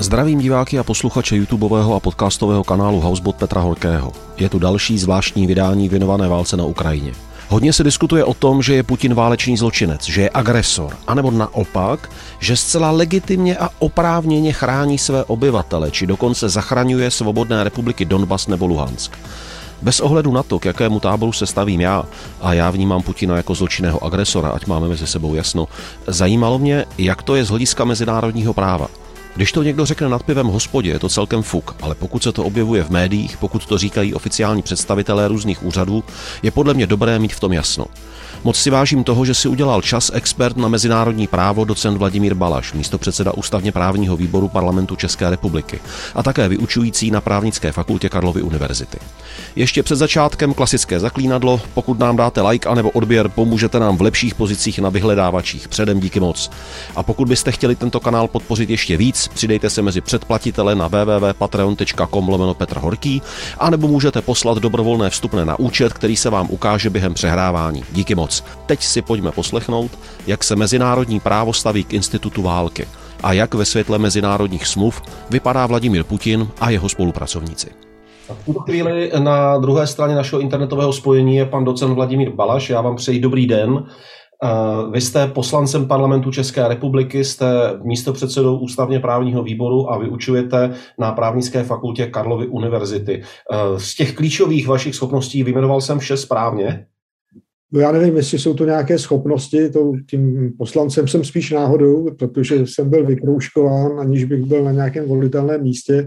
Zdravím diváky a posluchače YouTubeového a podcastového kanálu Housebot Petra Horkého. Je tu další zvláštní vydání věnované válce na Ukrajině. Hodně se diskutuje o tom, že je Putin válečný zločinec, že je agresor, anebo naopak, že zcela legitimně a oprávněně chrání své obyvatele, či dokonce zachraňuje svobodné republiky Donbas nebo Luhansk. Bez ohledu na to, k jakému táboru se stavím já, a já vnímám Putina jako zločinného agresora, ať máme mezi sebou jasno, zajímalo mě, jak to je z hlediska mezinárodního práva. Když to někdo řekne nad pivem v hospodě, je to celkem fuk, ale pokud se to objevuje v médiích, pokud to říkají oficiální představitelé různých úřadů, je podle mě dobré mít v tom jasno. Moc si vážím toho, že si udělal čas expert na mezinárodní právo docent Vladimír Balaš, místopředseda ústavně právního výboru Parlamentu České republiky a také vyučující na Právnické fakultě Karlovy univerzity. Ještě před začátkem klasické zaklínadlo, pokud nám dáte like anebo odběr, pomůžete nám v lepších pozicích na vyhledávačích. Předem díky moc. A pokud byste chtěli tento kanál podpořit ještě víc, přidejte se mezi předplatitele na www.patreon.com/Petr Horký, anebo můžete poslat dobrovolné vstupné na účet, který se vám ukáže během přehrávání. Díky moc. Teď si pojďme poslechnout, jak se mezinárodní právo staví k institutu války a jak ve světle mezinárodních smluv vypadá Vladimír Putin a jeho spolupracovníci. V tuto chvíli na druhé straně našeho internetového spojení je pan docent Vladimír Balaš. Já vám přeji dobrý den. Vy jste poslancem Parlamentu České republiky, jste místopředsedou ústavně právního výboru a vyučujete na Právnické fakultě Karlovy univerzity. Z těch klíčových vašich schopností vyjmenoval jsem vše správně? No já nevím, jestli jsou to nějaké schopnosti, tím poslancem jsem spíš náhodou, protože jsem byl vykroužkován, aniž bych byl na nějakém volitelném místě,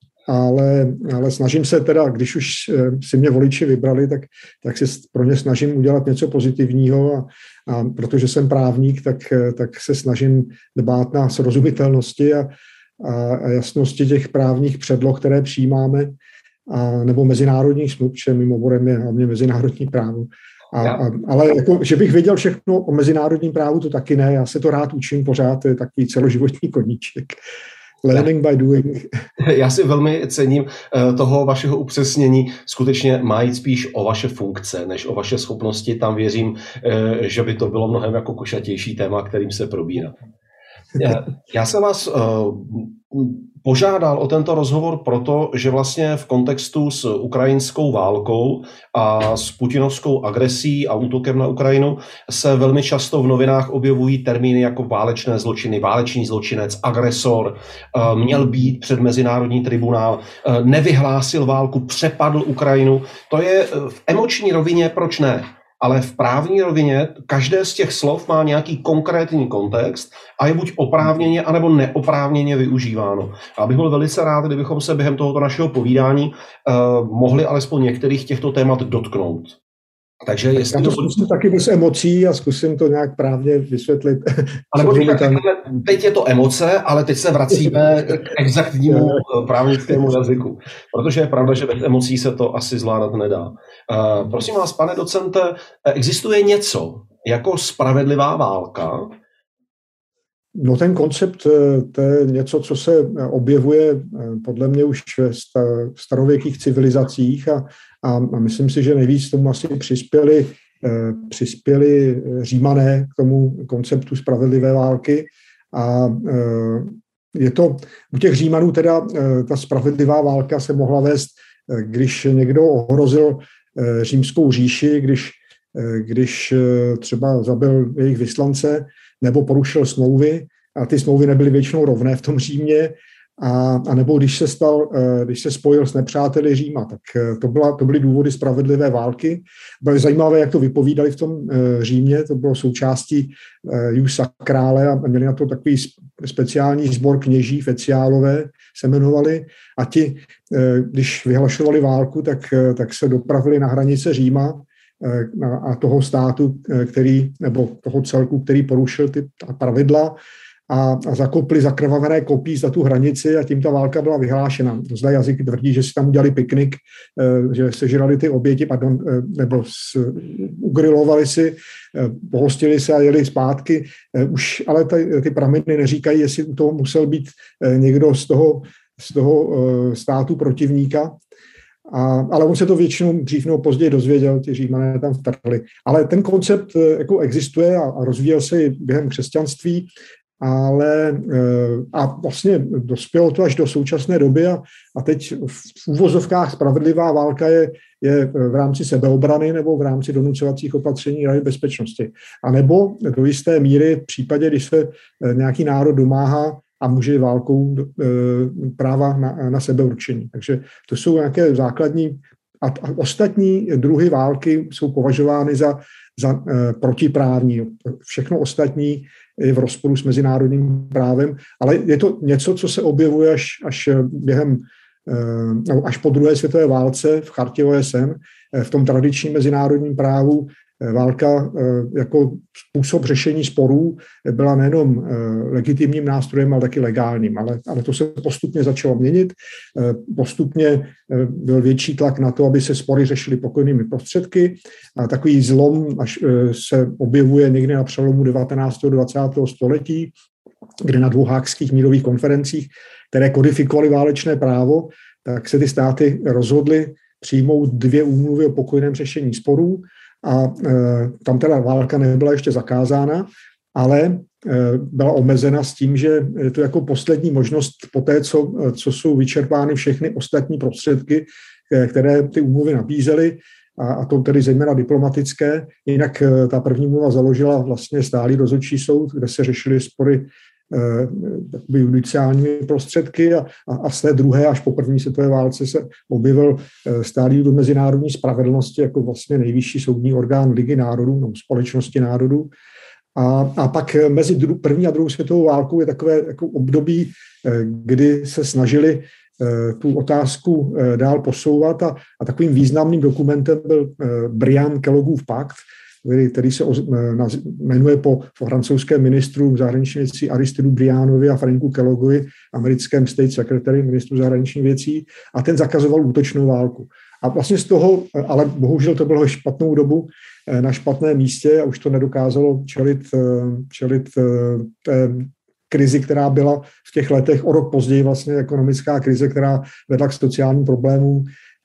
ale snažím se teda, když už si mě voliči vybrali, tak se pro ně snažím udělat něco pozitivního a protože jsem právník, tak se snažím dbát na srozumitelnosti a jasnosti těch právních předloh, které přijímáme, nebo mezinárodních smluv, protože mým oborem je hlavně mezinárodní právo. Ale jako, že bych věděl všechno o mezinárodním právu, to taky ne. Já se to rád učím pořád, to je takový celoživotní koníček. Learning by doing. Já si velmi cením toho vašeho upřesnění. Skutečně má jít spíš o vaše funkce, než o vaše schopnosti. Tam věřím, že by to bylo mnohem jako košatější téma, kterým se probírá. Já jsem vás požádal o tento rozhovor proto, že vlastně v kontextu s ukrajinskou válkou a s putinovskou agresí a útokem na Ukrajinu se velmi často v novinách objevují termíny jako válečné zločiny, válečný zločinec, agresor, měl být před mezinárodní tribunál, nevyhlásil válku, přepadl Ukrajinu. To je v emoční rovině, proč ne? Ale v právní rovině každé z těch slov má nějaký konkrétní kontext a je buď oprávněně, anebo neoprávněně využíváno. A bych byl velice rád, kdybychom se během tohoto našeho povídání mohli alespoň některých těchto témat dotknout. Takže já to zkusím taky bez emocí a zkusím to nějak právně vysvětlit. Ale teď je to emoce, ale teď se vracíme k exaktnímu právnickému jazyku. Protože je pravda, že bez emocí se to asi zvládat nedá. Prosím vás, pane docente, existuje něco jako spravedlivá válka? No ten koncept, to je něco, co se objevuje podle mě už ve starověkých civilizacích a myslím si, že nejvíc tomu asi přispěli Římané k tomu konceptu spravedlivé války a je to u těch Římanů teda ta spravedlivá válka se mohla vést, když někdo ohrozil římskou říši, když třeba zabil jejich vyslance nebo porušil smlouvy a ty smlouvy nebyly většinou rovné v tom Římě, a nebo když se spojil s nepřáteli Říma, tak to byly důvody spravedlivé války. Bylo zajímavé, jak to vypovídali v tom Římě, to bylo součástí jus sacrale a měli na to takový speciální sbor kněží, feciálové se jmenovali a ti, když vyhlašovali válku, tak se dopravili na hranice Říma a toho státu, nebo toho celku, který porušil ty pravidla a zakopli zakrvavené kopí za tu hranici a tím ta válka byla vyhlášena. Zda jazyk tvrdí, že si tam udělali piknik, že sežrali ty oběti, nebo ugrilovali si, pohostili se a jeli zpátky. Už ale ty prameny neříkají, jestli u toho musel být někdo z toho státu protivníka. Ale on se to většinou dřív nebo později dozvěděl, ti Římané tam vtrhli. Ale ten koncept jako existuje a rozvíjel se i během křesťanství. ale a vlastně dospělo to až do současné doby a teď v úvozovkách spravedlivá válka je v rámci sebeobrany nebo v rámci donucovacích opatření Rady bezpečnosti. A nebo do jisté míry v případě, když se nějaký národ domáhá a může válkou práva na sebeurčení. Takže to jsou nějaké základní a ostatní druhy války jsou považovány za protiprávní. Všechno ostatní je v rozporu s mezinárodním právem, ale je to něco, co se objevuje až po druhé světové válce v chartě OSN, v tom tradičním mezinárodním právu. Válka jako způsob řešení sporů byla nejenom legitimním nástrojem, ale taky legálním. Ale to se postupně začalo měnit. Postupně byl větší tlak na to, aby se spory řešily pokojnými prostředky. A takový zlom až se objevuje někdy na přelomu 19. a 20. století, kde na 2 haagských mírových konferencích, které kodifikovaly válečné právo, tak se ty státy rozhodly přijmout 2 úmluvy o pokojném řešení sporů. A tam teda válka nebyla ještě zakázána, ale byla omezena s tím, že je to jako poslední možnost po té, co jsou vyčerpány všechny ostatní prostředky, které ty úmluvy nabízely, a to tedy zejména diplomatické. Jinak ta první úmluva založila vlastně stálý rozhodčí soud, kde se řešily spory judiciálními prostředky a z té druhé až po první světové válce se objevil stálý do mezinárodní spravedlnosti jako vlastně nejvyšší soudní orgán Ligy národů, no, Společnosti národů. A pak mezi první a druhou světovou válkou je takové jako období, kdy se snažili tu otázku dál posouvat a takovým významným dokumentem byl Briand-Kelloggův pakt, který se jmenuje po francouzském ministru zahraničních věcí Aristidu Briandovi a Franku Kelloggovi, americkém state secretary, ministru zahraničních věcí, a ten zakazoval útočnou válku. A vlastně z toho, ale bohužel to bylo špatnou dobu na špatném místě a už to nedokázalo čelit té krizi, která byla v těch letech, o rok později vlastně ekonomická krize, která vedla k sociálním problémům.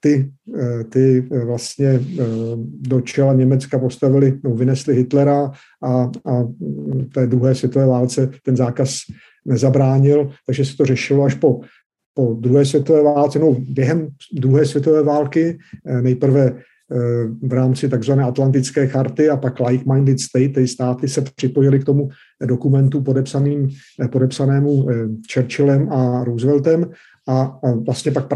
Ty vlastně do čela Německa postavili, vynesli Hitlera a té druhé světové válce ten zákaz nezabránil, takže se to řešilo až po druhé světové válce, během druhé světové války, nejprve v rámci takzvané Atlantické charty a pak like-minded state, ty státy se připojily k tomu dokumentu podepsanému Churchillem a Rooseveltem a vlastně pak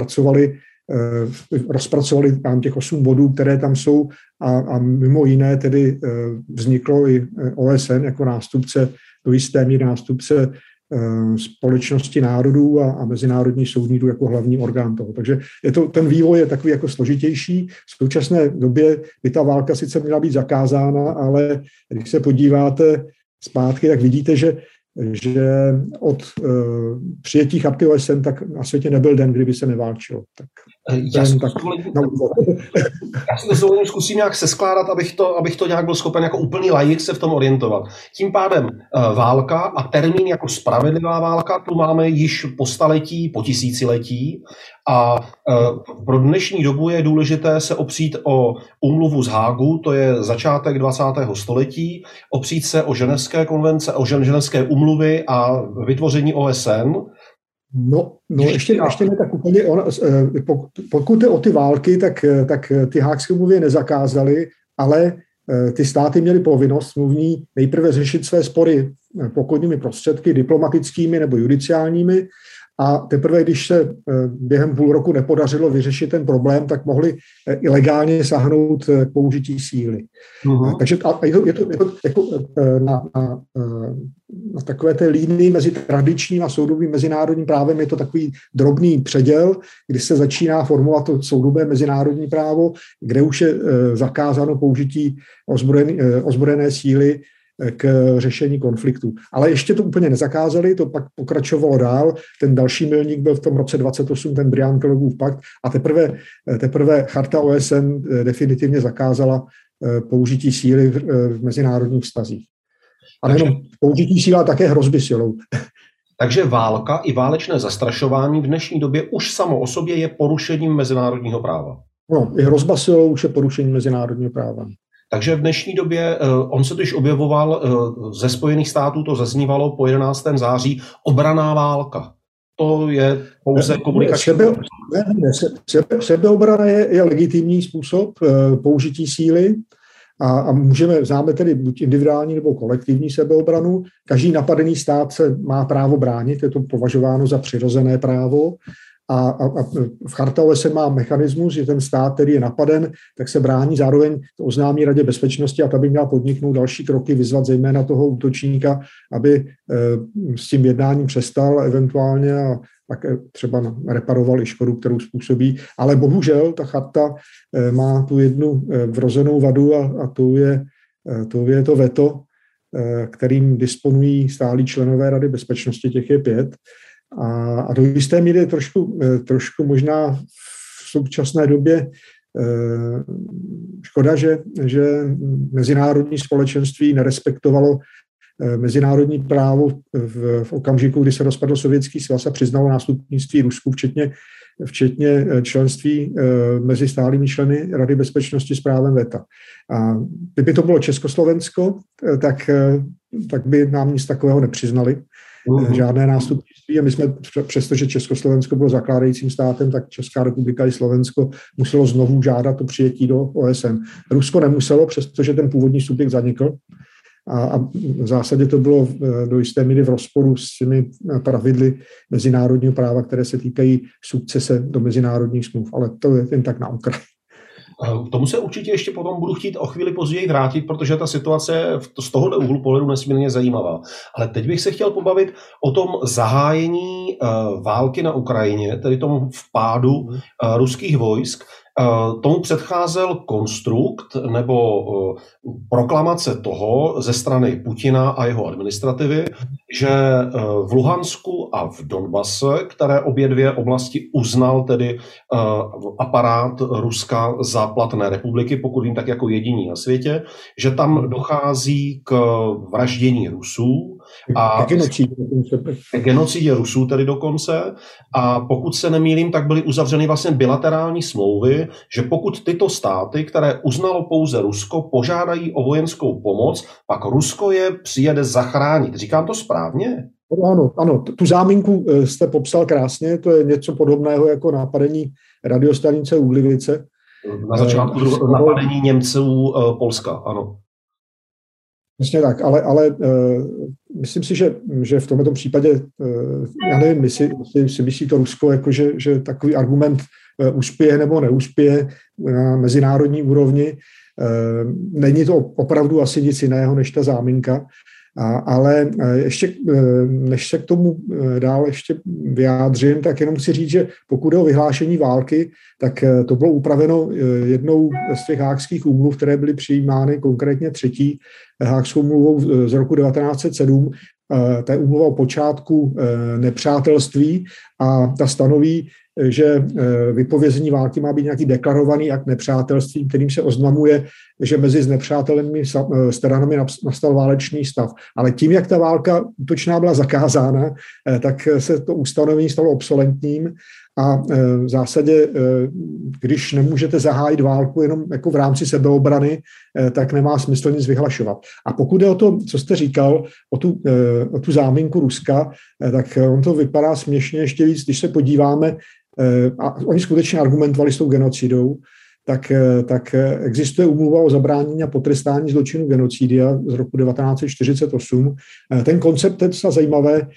rozpracovali tam těch 8 bodů, které tam jsou a mimo jiné tedy vzniklo i OSN jako nástupce, do jisté míry nástupce Společnosti národů a Mezinárodní soudní dům jako hlavní orgán toho. Takže ten vývoj je takový jako složitější. V současné době by ta válka sice měla být zakázána, ale když se podíváte zpátky, tak vidíte, že od přijetí charty OSN tak na světě nebyl den, kdyby se neválčilo. Já si to dovolím, zkusím nějak seskládat, abych to nějak byl schopen jako úplný laik se v tom orientovat. Tím pádem válka a termín jako spravedlivá válka tu máme již po staletí, po tisíciletí a pro dnešní dobu je důležité se opřít o úmluvu z Hágu, to je začátek 20. století, opřít se o ženevské konvence, o ženevské úmluvy a vytvoření OSN. No ještě ne tak úplně. Pokud jde o ty války, tak ty Haagské úmluvy nezakázaly, ale ty státy měly povinnost smluvní nejprve řešit své spory pokojnými prostředky, diplomatickými nebo judiciálními, a teprve, když se během půl roku nepodařilo vyřešit ten problém, tak mohli ilegálně sáhnout k použití síly. Uh-huh. Takže je to jako na takové té línii mezi tradičním a soudobým mezinárodním právem je to takový drobný předěl, kdy se začíná formovat to soudobé mezinárodní právo, kde už je zakázáno použití ozbrojené síly k řešení konfliktu. Ale ještě to úplně nezakázali, to pak pokračovalo dál. Ten další milník byl v tom roce 28, ten Briand-Kelloggův pakt, a teprve charta OSN definitivně zakázala použití síly v mezinárodních vztazích. A nejenom použití síly, ale také hrozby silou. Takže válka i válečné zastrašování v dnešní době už samo o sobě je porušením mezinárodního práva. No, i hrozba silou už je porušení mezinárodního práva. Takže v dnešní době, on se totiž objevoval ze Spojených států, to zaznívalo po 11. září, obranná válka. To je pouze komunikační. Sebeobrana je legitimní způsob použití síly a známe tedy buď individuální nebo kolektivní sebeobranu. Každý napadený stát se má právo bránit, je to považováno za přirozené právo. A v Charta OSN má mechanismus, že ten stát, který je napaden, tak se brání, zároveň to oznámí Radě bezpečnosti a ta by měla podniknout další kroky, vyzvat zejména toho útočníka, aby s tím jednáním přestal eventuálně a tak třeba reparoval i škodu, kterou způsobí. Ale bohužel ta charta má tu jednu vrozenou vadu a to je to veto, kterým disponují stálí členové Rady bezpečnosti, těch je 5. A do jisté míry trošku možná v současné době škoda, že mezinárodní společenství nerespektovalo mezinárodní právo v okamžiku, kdy se rozpadl Sovětský svaz a přiznalo nástupnictví Rusku, včetně členství mezi stálými členy Rady bezpečnosti s právem veta. A kdyby to bylo Československo, tak by nám nic takového nepřiznali. Žádné nástupnictví a my jsme, přestože Československo bylo zakládajícím státem, tak Česká republika i Slovensko muselo znovu žádat o přijetí do OSN. Rusko nemuselo, přestože ten původní subjekt zanikl a v zásadě to bylo do jisté míry v rozporu s těmi pravidly mezinárodního práva, které se týkají sukcese do mezinárodních smluv, ale to je jen tak na okraj. K tomu se určitě ještě potom budu chtít o chvíli později vrátit, protože ta situace je z tohohle úhlu pohledu nesmírně zajímavá. Ale teď bych se chtěl pobavit o tom zahájení války na Ukrajině, tedy tom vpádu ruských vojsk. Tomu předcházel konstrukt nebo proklamace toho ze strany Putina a jeho administrativy, že v Luhansku a v Donbase, které obě dvě oblasti uznal tedy aparát Ruska za platné republiky, pokud vím, tak jako jediní na světě, že tam dochází k vraždění Rusů a genocidě Rusů tedy dokonce. A pokud se nemýlím, tak byly uzavřeny vlastně bilaterální smlouvy, že pokud tyto státy, které uznalo pouze Rusko, požádají o vojenskou pomoc, pak Rusko je přijede zachránit. Říkám to správně? Ano, tu záminku jste popsal krásně, to je něco podobného jako napadení radiostanice Úglivice. Na začátku napadení Němců Polska, ano. Přesně tak, ale myslím si, že v tomto případě, já nevím, jestli si myslí to Rusko, jako že takový argument uspěje nebo neuspěje na mezinárodní úrovni. Není to opravdu asi nic jiného než ta záminka, ale ještě, než se k tomu dál ještě vyjádřím, tak jenom chci říct, že pokud je o vyhlášení války, tak to bylo upraveno jednou z těch hákských úmluv, které byly přijímány, konkrétně 3. hákskou úmluvou z roku 1907. To je úmluva o počátku nepřátelství a ta stanoví, že vypovězení války má být nějaký deklarovaný akt nepřátelství, kterým se oznamuje, že mezi znepřátelenými stranami nastal válečný stav. Ale tím, jak ta válka útočná byla zakázána, tak se to ustanovení stalo obsolentním a v zásadě, když nemůžete zahájit válku jenom jako v rámci sebeobrany, tak nemá smysl nic vyhlašovat. A pokud je o to, co jste říkal, o tu záminku Ruska, tak on to vypadá směšně ještě víc, když se podíváme, a oni skutečně argumentovali s tou genocidou, tak existuje úmluva o zabránění a potrestání zločinu genocidia z roku 1948. Ten koncept je docela zajímavé,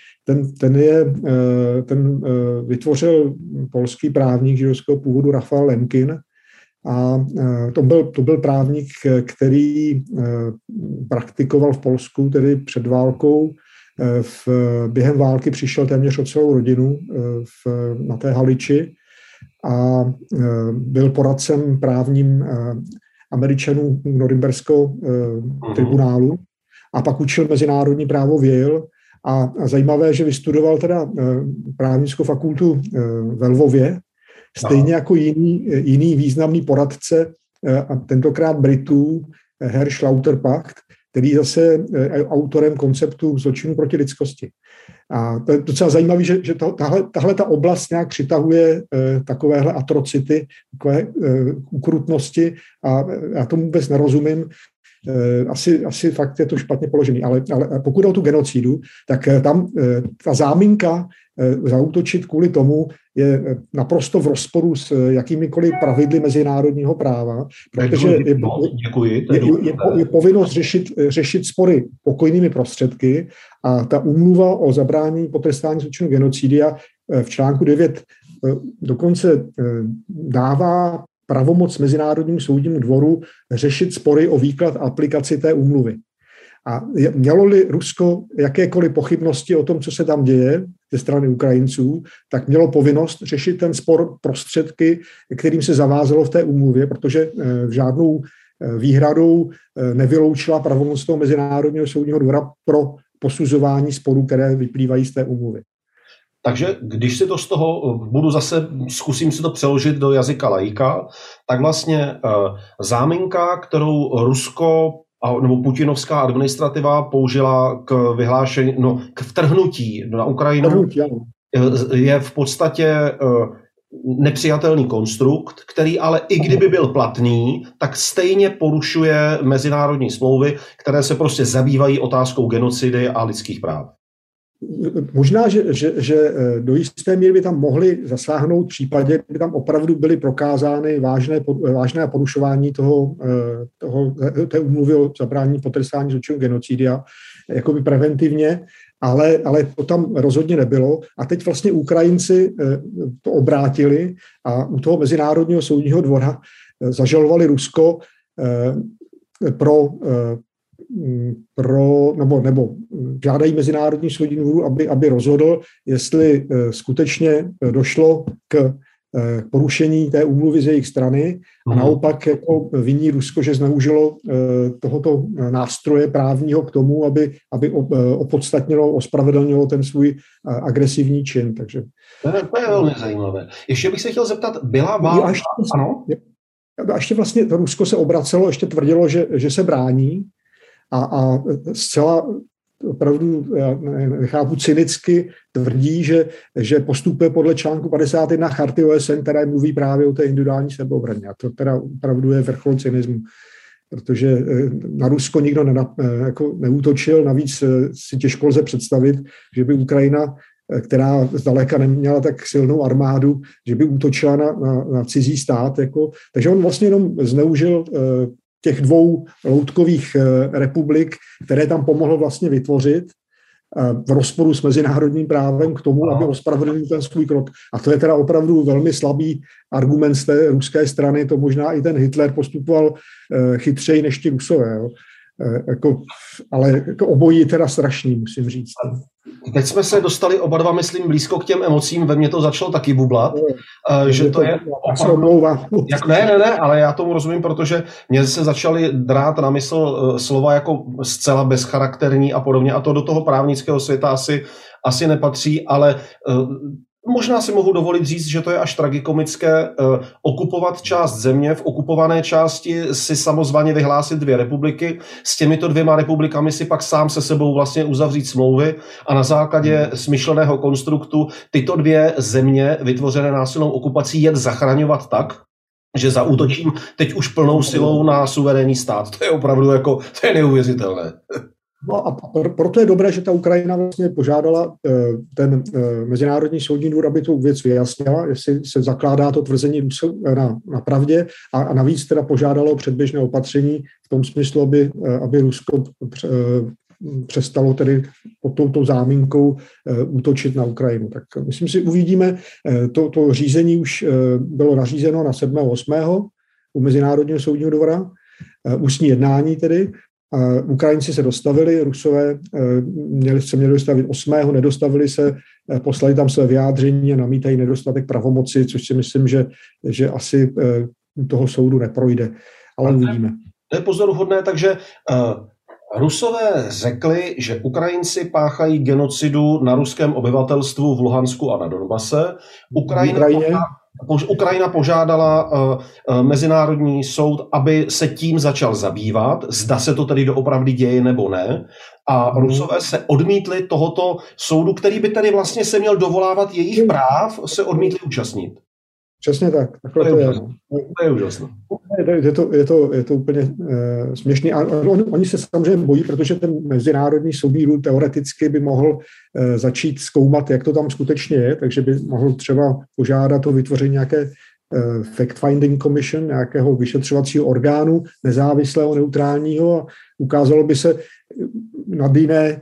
ten vytvořil polský právník židovského původu Rafael Lemkin a to byl právník, který praktikoval v Polsku tedy před válkou. Během války přišel téměř o celou rodinu na té Haliči a byl poradcem právním Američanů Norimberského tribunálu a pak učil mezinárodní právo v Yale a zajímavé, že vystudoval teda právnickou fakultu ve Lvově, stejně jako jiný významný poradce a tentokrát Britů Hersch Lauterpacht, který zase je autorem konceptu zločinu proti lidskosti. A to je docela zajímavé, že tahle ta oblast nějak přitahuje takovéhle atrocity, takové ukrutnosti a já tomu vůbec nerozumím. Asi fakt je to špatně položený, ale pokud o tu genocidu, tak tam ta záminka zaútočit kvůli tomu je naprosto v rozporu s jakýmikoliv pravidly mezinárodního práva, protože je povinnost řešit spory pokojnými prostředky a ta úmluva o zabránění potrestání zločinu genocidia v článku 9 dokonce dává pravomoc Mezinárodnímu soudnímu dvoru řešit spory o výklad a aplikaci té úmluvy. A mělo-li Rusko jakékoliv pochybnosti o tom, co se tam děje ze strany Ukrajinců, tak mělo povinnost řešit ten spor prostředky, kterým se zavázalo v té úmluvě, protože žádnou výhradou nevyloučila pravomoc toho Mezinárodního soudního dvora pro posuzování sporů, které vyplývají z té úmluvy. Takže když si to z toho zkusím si to přeložit do jazyka laika, tak vlastně záminka, kterou Rusko nebo putinovská administrativa použila k vyhlášení, k vtrhnutí na Ukrajinu, je v podstatě nepřijatelný konstrukt, který ale i kdyby byl platný, tak stejně porušuje mezinárodní smlouvy, které se prostě zabývají otázkou genocidy a lidských práv. Možná, že do jisté míry by tam mohli zasáhnout v případě, by tam opravdu byly prokázány vážné porušování té úmluvy o zabránění potrestání zločinu genocidia, jakoby preventivně, ale to tam rozhodně nebylo. A teď vlastně Ukrajinci to obrátili a u toho Mezinárodního soudního dvora zažalovali Rusko nebo žádají Mezinárodní soudní dvůr, aby rozhodl, jestli skutečně došlo k porušení té úmluvy z jejich strany a naopak jako viní Rusko, že zneužilo tohoto nástroje právního k tomu, aby opodstatnilo, ospravedlnilo ten svůj agresivní čin. Takže to je velmi zajímavé. Ještě bych se chtěl zeptat, byla válka? Ano? A ještě vlastně to Rusko se obracelo, ještě tvrdilo, že se brání, a zcela opravdu, já nechápu, cynicky tvrdí, že postupuje podle článku 51 Charty OSN, které mluví právě o té individuální sebeobraně. A to teda opravdu je vrchol cynismu, protože na Rusko nikdo neútočil, navíc si těžko lze představit, že by Ukrajina, která zdaleka neměla tak silnou armádu, že by útočila na cizí stát. Takže on vlastně jenom zneužil těch dvou loutkových republik, které tam pomohlo vlastně vytvořit v rozporu s mezinárodním právem k tomu, aby ospravedlnil ten svůj krok. A to je teda opravdu velmi slabý argument z té ruské strany, to možná i ten Hitler postupoval chytřeji než ti Rusové. Jo. Ale obojí je teda strašný, musím říct. Teď jsme se dostali oba dva, myslím, blízko k těm emocím, ve mně to začalo taky bublat, že to je opravdu... Ne, ale já tomu rozumím, protože mě se začaly drát na mysl slova jako zcela bezcharakterní a podobně, a to do toho právnického světa asi nepatří, ale možná si mohu dovolit říct, že to je až tragikomické okupovat část země, v okupované části si samozvaně vyhlásit dvě republiky, s těmito dvěma republikami si pak sám se sebou vlastně uzavřít smlouvy a na základě smyšleného konstruktu tyto dvě země vytvořené násilnou okupací jet zachraňovat tak, že zaútočím teď už plnou silou na suverénní stát. To je opravdu to je neuvěřitelné. No a proto je dobré, že ta Ukrajina vlastně požádala ten Mezinárodní soudní dvůr, aby tu věc vyjasnila, jestli se zakládá to tvrzení na pravdě a navíc teda požádalo předběžné opatření v tom smyslu, aby Rusko přestalo tedy pod touto záminkou útočit na Ukrajinu. Tak myslím si, uvidíme, to řízení už bylo nařízeno na 7.8. u Mezinárodního soudního dvora, ústní jednání tedy. Ukrajinci se dostavili, Rusové se měli dostavit 8. nedostavili se, poslali tam své vyjádření a namítají nedostatek pravomoci, což si myslím, že asi toho soudu neprojde. Ale uvidíme. To je pozoruhodné, takže Rusové řekli, že Ukrajinci páchají genocidu na ruském obyvatelstvu v Luhansku a na Donbase. Ukrajina požádala Mezinárodní soud, aby se tím začal zabývat, zda se to tedy doopravdy děje nebo ne. A Rusové se odmítli tohoto soudu, který by tady vlastně se měl dovolávat jejich práv, se odmítli účastnit. Přesně tak. To je úžasné. Je to úplně směšný. A oni se samozřejmě bojí, protože ten Mezinárodní soudní teoreticky by mohl začít zkoumat, jak to tam skutečně je, takže by mohl třeba požádat o vytvoření nějaké fact-finding commission, nějakého vyšetřovacího orgánu, nezávislého, neutrálního, a ukázalo by se nad jiné,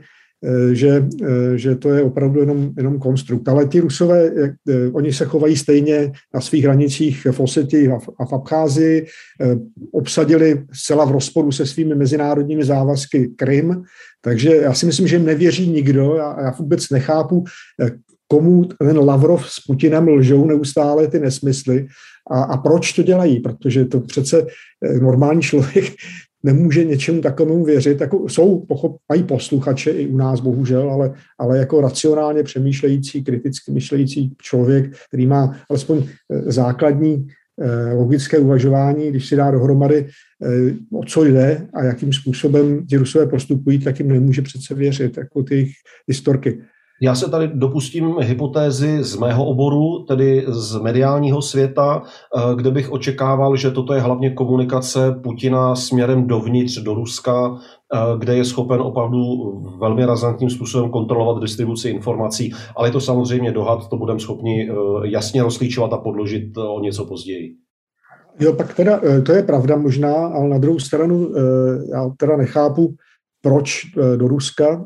že to je opravdu jenom konstrukt. Ale ti Rusové, oni se chovají stejně na svých hranicích v Osetii a v Abcházii, obsadili zcela v rozporu se svými mezinárodními závazky Krym, takže já si myslím, že jim nevěří nikdo a já vůbec nechápu, komu ten Lavrov s Putinem lžou neustále ty nesmysly a proč to dělají, protože to přece normální člověk nemůže něčemu takovému věřit. Jako mají posluchače i u nás, bohužel, ale jako racionálně přemýšlející, kriticky myšlející člověk, který má alespoň základní logické uvažování, když si dá dohromady, o co jde a jakým způsobem ti Rusové postupují, tak jim nemůže přece věřit, jako ty jejich historky. Já se tady dopustím hypotézy z mého oboru, tedy z mediálního světa, kde bych očekával, že toto je hlavně komunikace Putina směrem dovnitř do Ruska, kde je schopen opravdu velmi razantním způsobem kontrolovat distribuci informací, ale je to samozřejmě dohad, to budeme schopni jasně rozklíčovat a podložit o něco později. Jo, pak teda, to je pravda možná, ale na druhou stranu já teda nechápu, proč do Ruska,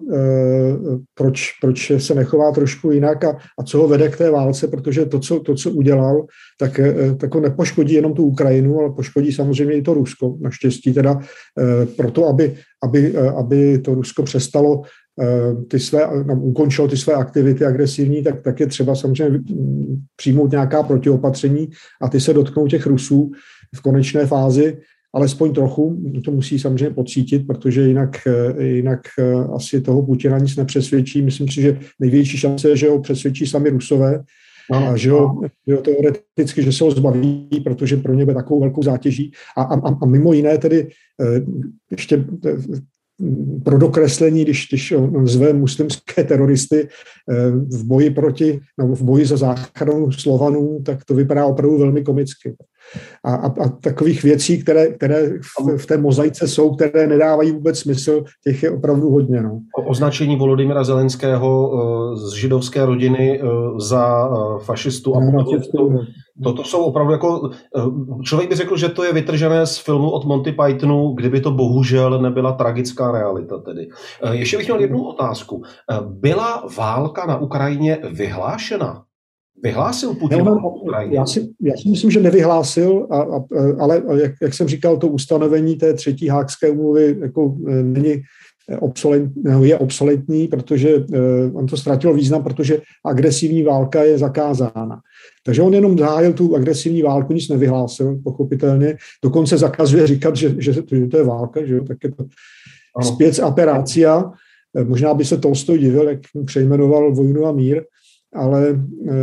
proč se nechová trošku jinak a co ho vede k té válce, protože to, co udělal, tak ho nepoškodí jenom tu Ukrajinu, ale poškodí samozřejmě i to Rusko. Naštěstí teda proto, aby to Rusko přestalo ukončilo ty své aktivity agresivní, tak je třeba samozřejmě přijmout nějaká protiopatření a ty se dotknou těch Rusů v konečné fázi, alespoň trochu, to musí samozřejmě pocítit, protože jinak asi toho Putina nic nepřesvědčí. Myslím si, že největší šance je, že ho přesvědčí sami Rusové a že ho teoreticky, že se ho zbaví, protože pro ně bude takovou velkou zátěží. A mimo jiné tedy ještě pro dokreslení, když on zve muslimské teroristy v boji za záchranu Slovanů, tak to vypadá opravdu velmi komicky. A takových věcí, které v té mozaice jsou, které nedávají vůbec smysl, těch je opravdu hodně. No. Označení Volodymyra Zelenského z židovské rodiny za fašistu a toto jsou opravdu jako... Člověk by řekl, že to je vytržené z filmu od Monty Pythonu, kdyby to bohužel nebyla tragická realita tedy. Ještě bych měl jednu otázku. Byla válka na Ukrajině vyhlášena? Vyhlásil Putin na Ukrajině? Já si myslím, že nevyhlásil, ale jak jsem říkal, to ustanovení té 3. Haagské úmluvy jako není je obsoletní, protože on to ztratilo význam, protože agresivní válka je zakázána. Takže on jenom zahájil tu agresivní válku, nic nevyhlásil, pochopitelně. Dokonce zakazuje říkat, že to je válka, že jo? Tak je to spěc aperacia. Možná by se Tolstoj divil, jak přejmenoval Vojnu a mír, ale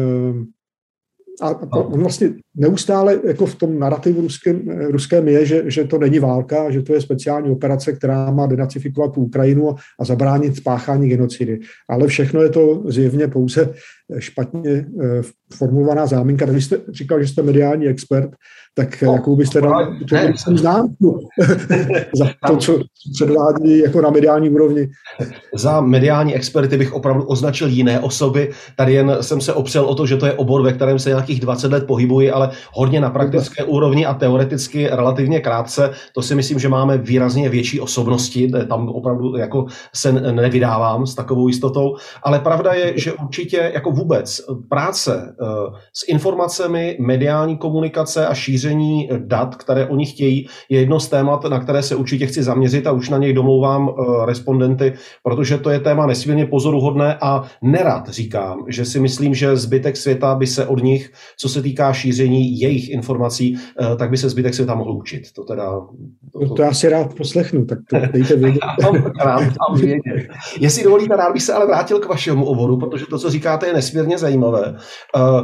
on vlastně neustále jako v tom narrativu ruském je, že to není válka, že to je speciální operace, která má denacifikovat tu Ukrajinu a zabránit spáchání genocidy. Ale všechno je to zjevně pouze špatně formulovaná záminka. Když jste říkal, že jste mediální expert, tak jakou byste dal známku za to, co předvádí jako na mediální úrovni? Za mediální experty bych opravdu označil jiné osoby. Tady jen jsem se opřel o to, že to je obor, ve kterém se nějakých 20 let pohybuji, ale hodně na praktické úrovni a teoreticky relativně krátce. To si myslím, že máme výrazně větší osobnosti. Tam opravdu jako se nevydávám s takovou jistotou. Ale pravda je, že určitě jako vůbec práce s informacemi, mediální komunikace a šíření dat, které oni chtějí, je jedno z témat, na které se určitě chci zaměřit a už na něj domlouvám respondenty, protože to je téma nesmírně pozoruhodné a nerad říkám, že si myslím, že zbytek světa by se od nich, co se týká šíření jejich informací, tak by se zbytek světa mohl učit. To já si rád poslechnu, tak to dejte vědět. Rád vědět. Jestli dovolíte, rád bych se ale vrátil k vašemu oboru, protože to, co říkáte, je nesmírně zajímavé.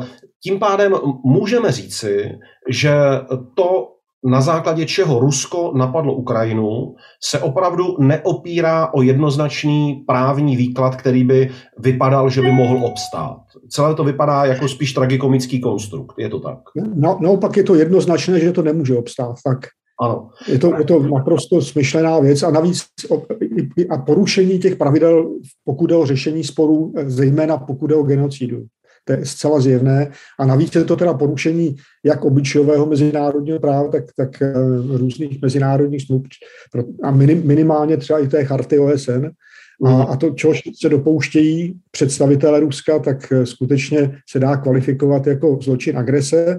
Tím pádem můžeme říci, že to, na základě čeho Rusko napadlo Ukrajinu, se opravdu neopírá o jednoznačný právní výklad, který by vypadal, že by mohl obstát. Celé to vypadá jako spíš tragikomický konstrukt. Je to tak? No, naopak je to jednoznačné, že to nemůže obstát. Tak. Ano. Je to naprosto smyšlená věc a navíc a porušení těch pravidel, pokud jde o řešení sporů, zejména pokud jde o genocidu. To je zcela zjevné. A navíc je to teda porušení jak obyčejového mezinárodního práva, tak různých mezinárodních smluv a minimálně třeba i té charty OSN. A to, čeho se dopouštějí představitelé Ruska, tak skutečně se dá kvalifikovat jako zločin agrese.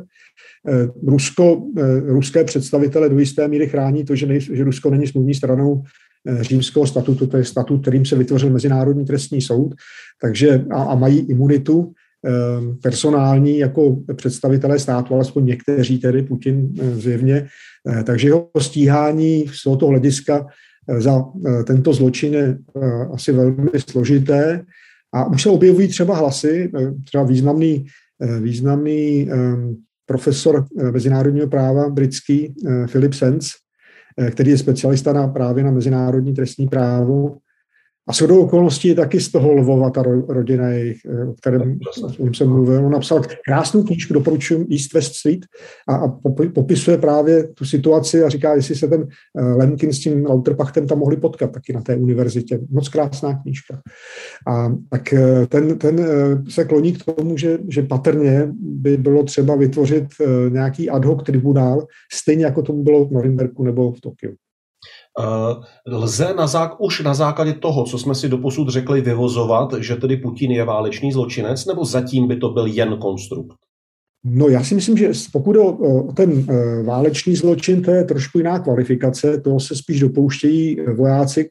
Ruské představitele do jisté míry chrání to, že Rusko není smluvní stranou Římského statutu, to je statut, kterým se vytvořil Mezinárodní trestní soud, takže a mají imunitu personální jako představitelé státu, alespoň někteří, tedy Putin zjevně, takže jeho stíhání z tohoto hlediska za tento zločin je asi velmi složité a už se objevují třeba hlasy, třeba významný profesor mezinárodního práva britský Philip Sands, který je specialista právě na mezinárodní trestní právo. A shodou okolností je taky z toho Lvova ta rodina, o kterém jsem mluvil. On napsal krásnou knížku, doporučuji, East West Street, a popisuje právě tu situaci a říká, jestli se ten Lemkin s tím Lauterpachtem tam mohli potkat taky na té univerzitě. Moc krásná knížka. A tak ten se kloní k tomu, že patrně by bylo třeba vytvořit nějaký ad hoc tribunál, stejně jako tomu bylo v Norimberku nebo v Tokiu. Lze už na základě toho, co jsme si doposud řekli, vyvozovat, že tedy Putin je válečný zločinec, nebo zatím by to byl jen konstrukt? No já si myslím, že pokud o ten válečný zločin, to je trošku jiná kvalifikace, toho se spíš dopouštějí vojáci,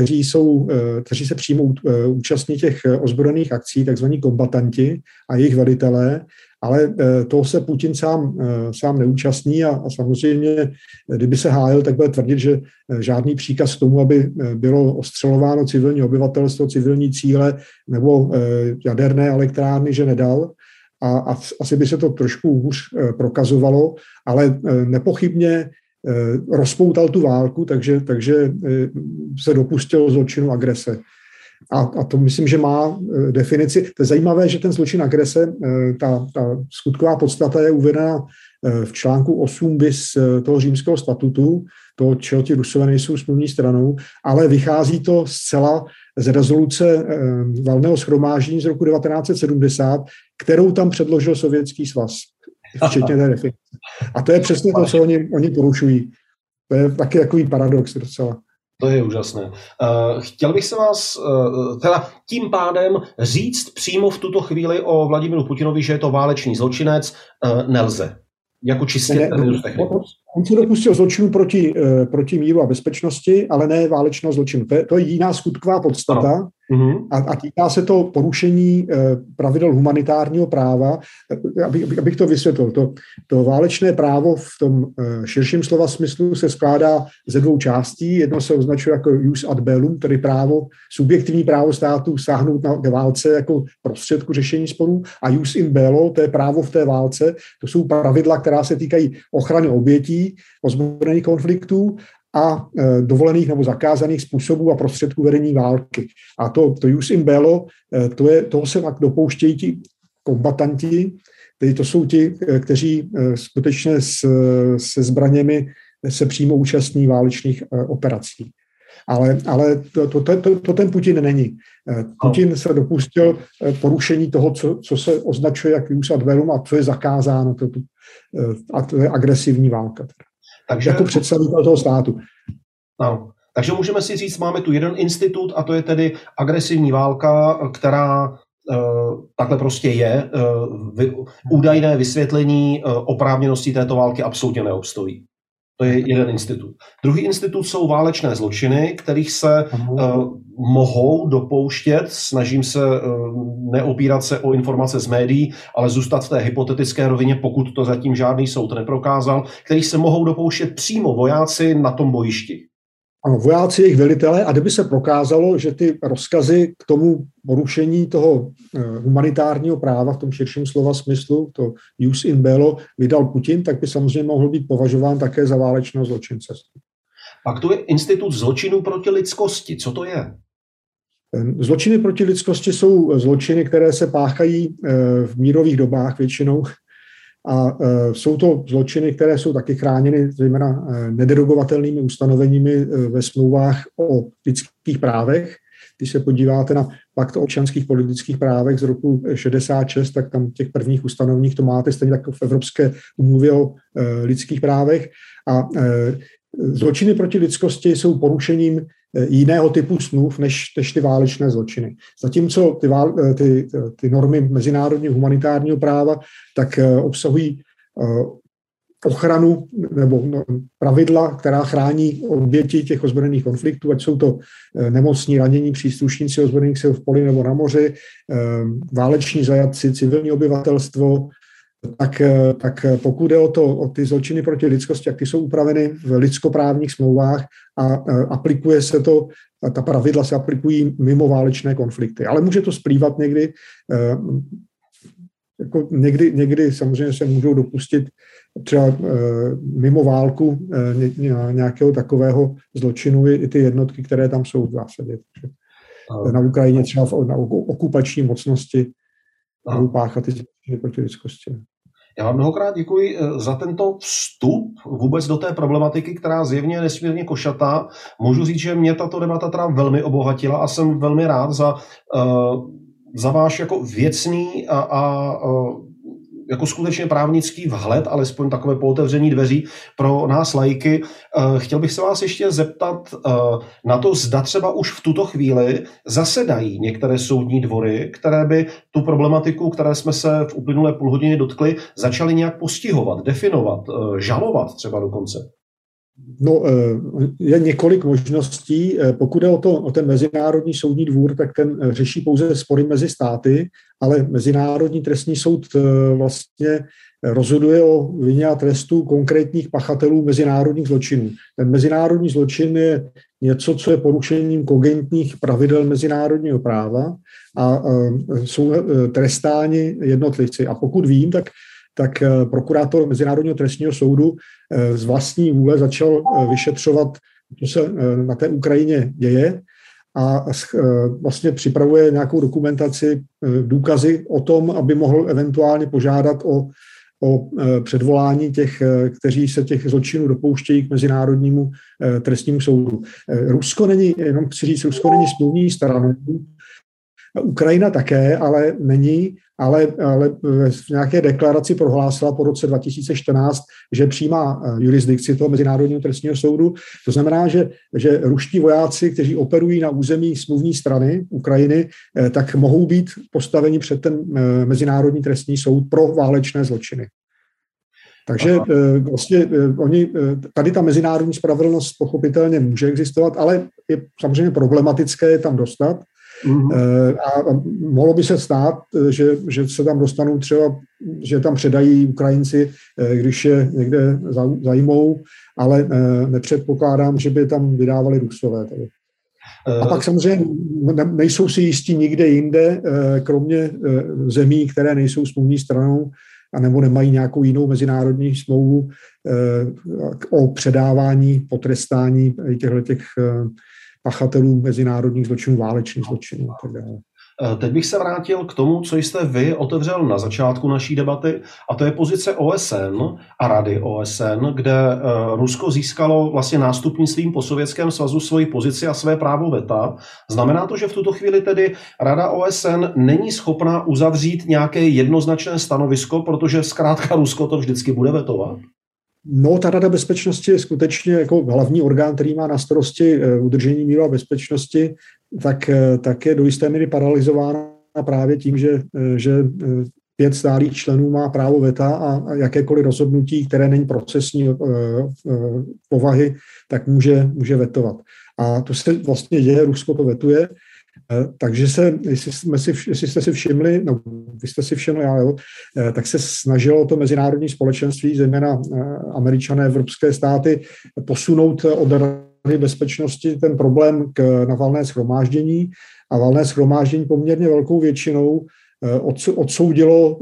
kteří se přímo účastní těch ozbrojených akcí, takzvaní kombatanti a jejich velitelé, ale toho se Putin sám neúčastní a samozřejmě, kdyby se hájil, tak bude tvrdit, že žádný příkaz k tomu, aby bylo ostřelováno civilní obyvatelstvo, civilní cíle nebo jaderné elektrárny, že nedal. A asi by se to trošku hůř prokazovalo, ale nepochybně rozpoutal tu válku, takže se dopustil zločinu agrese. A to myslím, že má definici. To je zajímavé, že ten zločin agrese, ta skutková podstata je uvedena v článku 8 bis toho Římského statutu, toho, čeho ti Rusové nejsou smluvní stranou, ale vychází to zcela z rezoluce Valného shromáždění z roku 1970, kterou tam předložil Sovětský svaz, včetně té definice. A to je přesně to, co oni porušují. To je taky takový paradox docela. To je úžasné. Chtěl bych se vás teda tím pádem říct přímo v tuto chvíli o Vladimiru Putinovi, že je to válečný zločinec, nelze. Jako čistě terminus technicus. On se dopustil zločinu proti míru a bezpečnosti, ale ne válečného zločinu. To je jiná skutková podstata a týká se to porušení pravidel humanitárního práva. Abych to vysvětlil, to válečné právo v tom širším slova smyslu se skládá ze dvou částí. Jedno se označuje jako jus ad bellum, tedy subjektivní právo státu sáhnout na válce jako prostředku řešení sporů, a jus in bello, to je právo v té válce. To jsou pravidla, která se týkají ochrany obětí ozbrojených konfliktů a dovolených nebo zakázaných způsobů a prostředků vedení války. A to jus in bello, toho se pak dopouštějí ti kombatanti, to jsou ti, kteří skutečně se zbraněmi se přímo účastní válečných operací. Ale to ten Putin není. Putin se dopustil porušení toho, co se označuje jako jus ad bellum a co je zakázáno, a to je agresivní válka. Takže jako představitel toho státu. No. Takže můžeme si říct, máme tu jeden institut a to je tedy agresivní válka, která takhle prostě je. Údajné vysvětlení oprávněnosti této války absolutně neobstojí. To je jeden institut. Druhý institut jsou válečné zločiny, kterých se mohou dopouštět, snažím se neopírat se o informace z médií, ale zůstat v té hypotetické rovině, pokud to zatím žádný soud neprokázal, kterých se mohou dopouštět přímo vojáci na tom bojišti. Ano, vojáci, jejich velitelé, a kdyby se prokázalo, že ty rozkazy k tomu porušení toho humanitárního práva v tom širším slova smyslu, to jus in bello, vydal Putin, tak by samozřejmě mohl být považován také za válečného zločince. Pak tu je institut zločinů proti lidskosti. Co to je? Zločiny proti lidskosti jsou zločiny, které se páchají v mírových dobách většinou. A jsou to zločiny, které jsou taky chráněny zejména nederogovatelnými ustanoveními ve smlouvách o lidských právech. Když se podíváte na pakt o občanských politických právech z roku 66, tak tam těch prvních ustanoveních to máte stejně jako v Evropské úmluvě o lidských právech. A zločiny proti lidskosti jsou porušením jiného typu smluv než ty válečné zločiny. Zatímco ty normy mezinárodního humanitárního práva tak obsahují ochranu nebo pravidla, která chrání oběti těch ozbrojených konfliktů, ať jsou to nemocní, ranění příslušníci ozbrojených sil v poli nebo na moři, váleční zajatci, civilní obyvatelstvo, tak pokud jde o ty zločiny proti lidskosti, jak ty jsou upraveny v lidskoprávních smlouvách a aplikuje se to, ta pravidla se aplikují mimo válečné konflikty. Ale může to splývat někdy, jako někdy samozřejmě se můžou dopustit třeba mimo válku nějakého takového zločinu i ty jednotky, které tam jsou v zásadě. Na Ukrajině třeba na okupační mocnosti mohou páchat ty zločiny proti lidskosti. Já vám mnohokrát děkuji za tento vstup vůbec do té problematiky, která zjevně je nesmírně košatá. Můžu říct, že mě tato debata teda velmi obohatila a jsem velmi rád za váš jako věcný a jako skutečně právnický vhled, alespoň takové pootevření dveří pro nás laiky. Chtěl bych se vás ještě zeptat na to, zda třeba už v tuto chvíli zasedají některé soudní dvory, které by tu problematiku, které jsme se v uplynulé půlhodině dotkli, začaly nějak postihovat, definovat, žalovat třeba dokonce. No, je několik možností. Pokud je o ten Mezinárodní soudní dvůr, tak ten řeší pouze spory mezi státy, ale Mezinárodní trestní soud vlastně rozhoduje o vině a trestu konkrétních pachatelů mezinárodních zločinů. Ten mezinárodní zločin je něco, co je porušením kogentních pravidel mezinárodního práva a jsou trestáni jednotlivci. A pokud vím, tak prokurátor Mezinárodního trestního soudu z vlastní vůle začal vyšetřovat, co se na té Ukrajině děje a vlastně připravuje nějakou dokumentaci, důkazy o tom, aby mohl eventuálně požádat o předvolání těch, kteří se těch zločinů dopouštějí k Mezinárodnímu trestnímu soudu. Rusko není smluvní stranou, Ukrajina také, ale není, ale v nějaké deklaraci prohlásila po roce 2014, že přijímá jurisdikci toho Mezinárodního trestního soudu. To znamená, že ruští vojáci, kteří operují na území smluvní strany Ukrajiny, tak mohou být postaveni před ten Mezinárodní trestní soud pro válečné zločiny. Takže vlastně tady ta mezinárodní spravedlnost pochopitelně může existovat, ale je samozřejmě problematické je tam dostat. A mohlo by se stát, že se tam dostanou třeba, že tam předají Ukrajinci, když je někde zajmou, ale nepředpokládám, že by tam vydávali Rusové. Tady. A pak samozřejmě nejsou si jistí nikde jinde, kromě zemí, které nejsou smluvní stranou, anebo nemají nějakou jinou mezinárodní smlouvu o předávání, potrestání těch pachatelů mezinárodních zločinů, válečných zločinů. Teď bych se vrátil k tomu, co jste vy otevřel na začátku naší debaty, a to je pozice OSN a Rady OSN, kde Rusko získalo vlastně nástupnictvím po Sovětském svazu svoji pozici a své právo veta. Znamená to, že v tuto chvíli tedy Rada OSN není schopná uzavřít nějaké jednoznačné stanovisko, protože zkrátka Rusko to vždycky bude vetovat? No, ta Rada bezpečnosti je skutečně jako hlavní orgán, který má na starosti udržení míru a bezpečnosti, tak je do jisté míry paralyzována právě tím, že 5 stálých členů má právo veta a jakékoliv rozhodnutí, které není procesní povahy, tak může vetovat. A to se vlastně děje, Rusko to vetuje. Takže jestli jste si všimli, no vy jste si všimli, já jo, tak se snažilo to mezinárodní společenství, zejména Američané, evropské státy, posunout od Rady bezpečnosti ten problém na valné shromáždění a valné shromáždění poměrně velkou většinou odsoudilo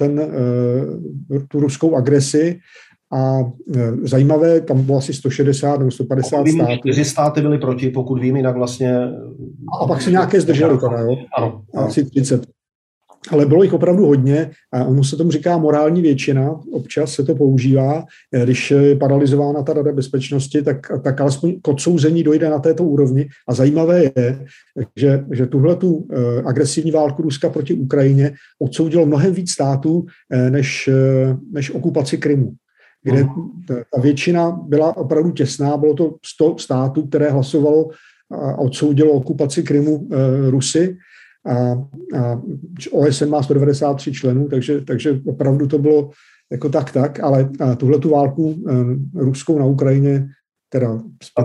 tu ruskou agresi a zajímavé, tam bylo asi 160 nebo 150 států. 4 státy byly proti, pokud vím, jinak vlastně... A pak se nějaké zdrželi teda, jo? Ano. Asi 30. Ale bylo jich opravdu hodně a ono se tomu říká morální většina, občas se to používá, když je paralizována ta Rada bezpečnosti, tak alespoň k odsouzení dojde na této úrovni. A zajímavé je, že tuhletu agresivní válku Ruska proti Ukrajině odsoudilo mnohem víc států než okupaci Krymu, kde ta většina byla opravdu těsná, bylo to 100 států, které hlasovalo a odsoudilo okupaci Krymu Rusy. A OSN má 193 členů, takže opravdu to bylo jako tak, ale tuhletu válku ruskou na Ukrajině, teda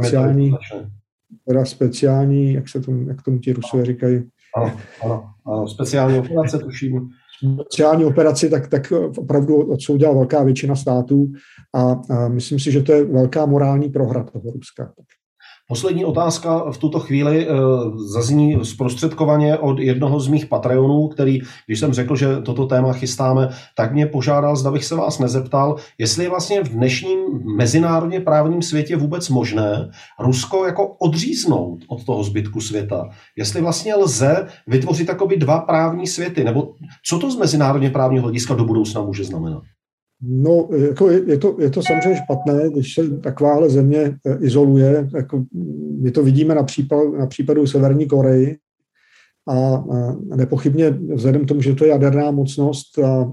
speciální, jak tomu ti Rusové říkají? Ano, speciální operace, tuším. Speciální operaci, tak opravdu odsoudila velká většina států a myslím si, že to je velká morální prohra toho Ruska. Poslední otázka v tuto chvíli zazní zprostředkovaně od jednoho z mých Patreonů, který, když jsem řekl, že toto téma chystáme, tak mě požádal, zda bych se vás nezeptal, jestli je vlastně v dnešním mezinárodně právním světě vůbec možné Rusko jako odříznout od toho zbytku světa. Jestli vlastně lze vytvořit takoby 2 právní světy, nebo co to z mezinárodně právního hlediska do budoucna může znamenat? No, jako je to samozřejmě špatné, když se takováhle země izoluje. Jako my to vidíme na případu Severní Koreji a nepochybně vzhledem k tomu, že to je jaderná mocnost,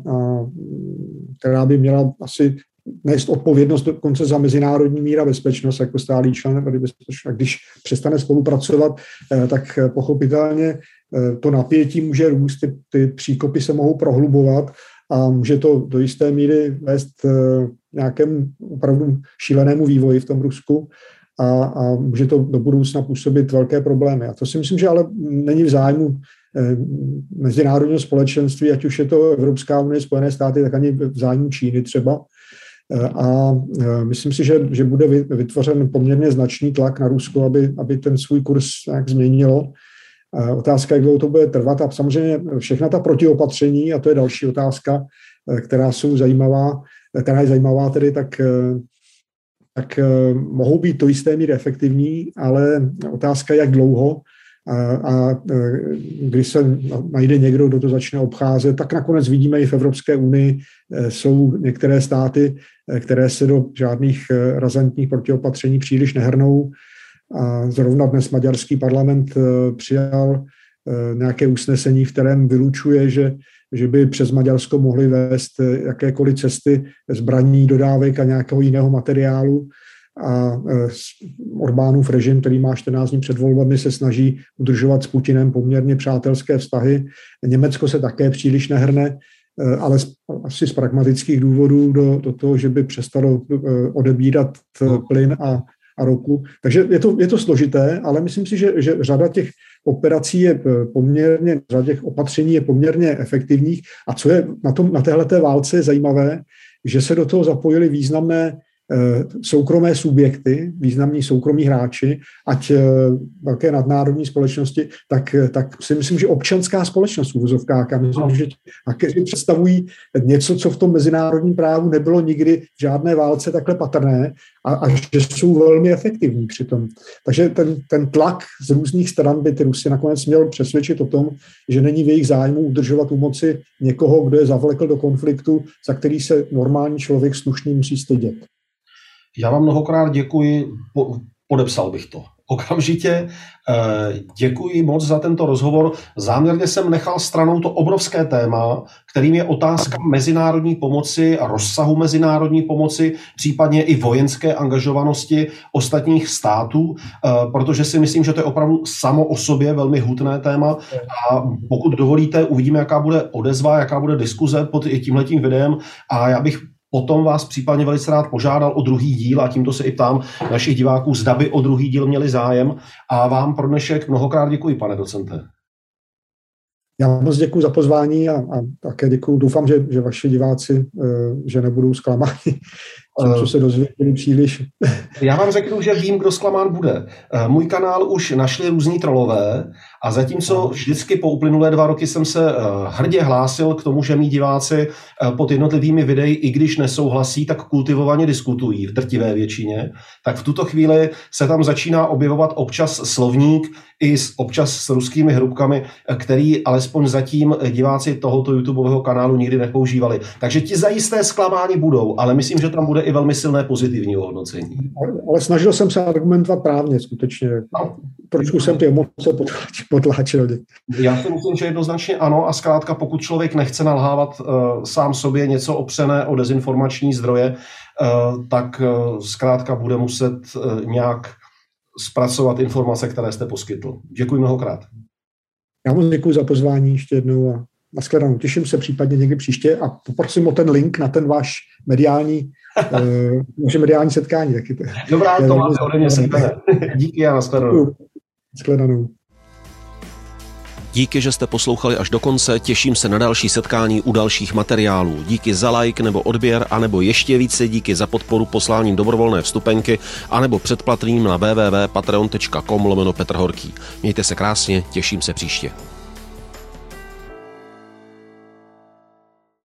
která by měla asi nést odpovědnost dokonce za mezinárodní mír a bezpečnost jako stálý člen Rady bezpečnosti. A když přestane spolupracovat, tak pochopitelně to napětí může růst, ty příkopy se mohou prohlubovat a může to do jisté míry vést nějakému opravdu šílenému vývoji v tom Rusku a může to do budoucna působit velké problémy. A to si myslím, že ale není v zájmu mezinárodního společenství, ať už je to Evropská unie, Spojené státy, tak ani v zájmu Číny třeba. A myslím si, že bude vytvořen poměrně značný tlak na Rusko, aby ten svůj kurz nějak změnilo. Otázka, jak dlouho to bude trvat a samozřejmě všechna ta protiopatření, a to je další otázka, která je zajímavá tedy, tak mohou být do jisté míry efektivní, ale otázka, jak dlouho a když se najde někdo, kdo to začne obcházet, tak nakonec vidíme i v Evropské unii jsou některé státy, které se do žádných razantních protiopatření příliš nehrnou. A zrovna dnes maďarský parlament přijal nějaké usnesení, v kterém vylučuje, že by přes Maďarsko mohly vést jakékoliv cesty zbraní, dodávek a nějakého jiného materiálu. A Orbánův režim, který má 14 dní před volbami, se snaží udržovat s Putinem poměrně přátelské vztahy. Německo se také příliš nehrne, ale asi z pragmatických důvodů do toho, že by přestalo odebírat plyn a ropu. Takže je to složité, ale myslím si, že řada těch operací řada těch opatření je poměrně efektivních. A co je na téhleté válce zajímavé, že se do toho zapojili významné soukromé subjekty, významní soukromí hráči, ať velké nadnárodní společnosti, tak si myslím, že občanská společnost v uvozovkách, a myslím, že představují něco, co v tom mezinárodním právu nebylo nikdy v žádné válce takhle patrné a že jsou velmi efektivní přitom. Takže ten tlak z různých stran by ty Rusy nakonec měl přesvědčit o tom, že není v jejich zájmu udržovat u moci někoho, kdo je zavlekl do konfliktu, za který se normální člověk slušný musí stydět. Já vám mnohokrát děkuji, podepsal bych to okamžitě. Děkuji moc za tento rozhovor. Záměrně jsem nechal stranou to obrovské téma, kterým je otázka mezinárodní pomoci a rozsahu mezinárodní pomoci, případně i vojenské angažovanosti ostatních států, protože si myslím, že to je opravdu samo o sobě velmi hutné téma a pokud dovolíte, uvidíme, jaká bude odezva, jaká bude diskuze pod tímhletím videem a já bych potom vás případně velice rád požádal o druhý díl a tímto se i ptám našich diváků, zda by o druhý díl měli zájem. A vám pro dnešek mnohokrát děkuji, pane docente. Já moc děkuji za pozvání a také děkuji. Doufám, že vaši diváci že nebudou zklamáni Tím, co se dozvěděli příliš. Já vám řeknu, že vím, kdo zklamán bude. Můj kanál už našli různí trolové a zatímco vždycky po uplynulé 2 roky jsem se hrdě hlásil k tomu, že mý diváci pod jednotlivými videi, i když nesouhlasí, tak kultivovaně diskutují v drtivé většině, tak v tuto chvíli se tam začíná objevovat občas slovník i občas s ruskými hrubkami, který alespoň zatím diváci tohoto YouTubeového kanálu nikdy nepoužívali. Takže ti zajisté zklamáni budou, ale myslím, že tam bude i velmi silné pozitivní ohodnocení. Ale snažil jsem se argumentovat právně, skutečně. No. Trošku jsem ty emoce potláčil. Já si myslím, že jednoznačně ano a zkrátka pokud člověk nechce nalhávat sám sobě něco opřené o dezinformační zdroje, tak zkrátka bude muset nějak zpracovat informace, které jste poskytl. Děkuji mnohokrát. Já moc děkuji za pozvání ještě jednou a nashledanou. Těším se případně někdy příště a poprosím o ten link na ten váš naše mediální setkání. Taky to, dobrá, to máte ode mě setkání. Díky a nashledanou. Nashledanou. Díky, že jste poslouchali až do konce, těším se na další setkání u dalších materiálů. Díky za like nebo odběr, anebo ještě více díky za podporu posláním dobrovolné vstupenky, anebo předplatným na www.patreon.com/Petr Horký. Mějte se krásně, těším se příště.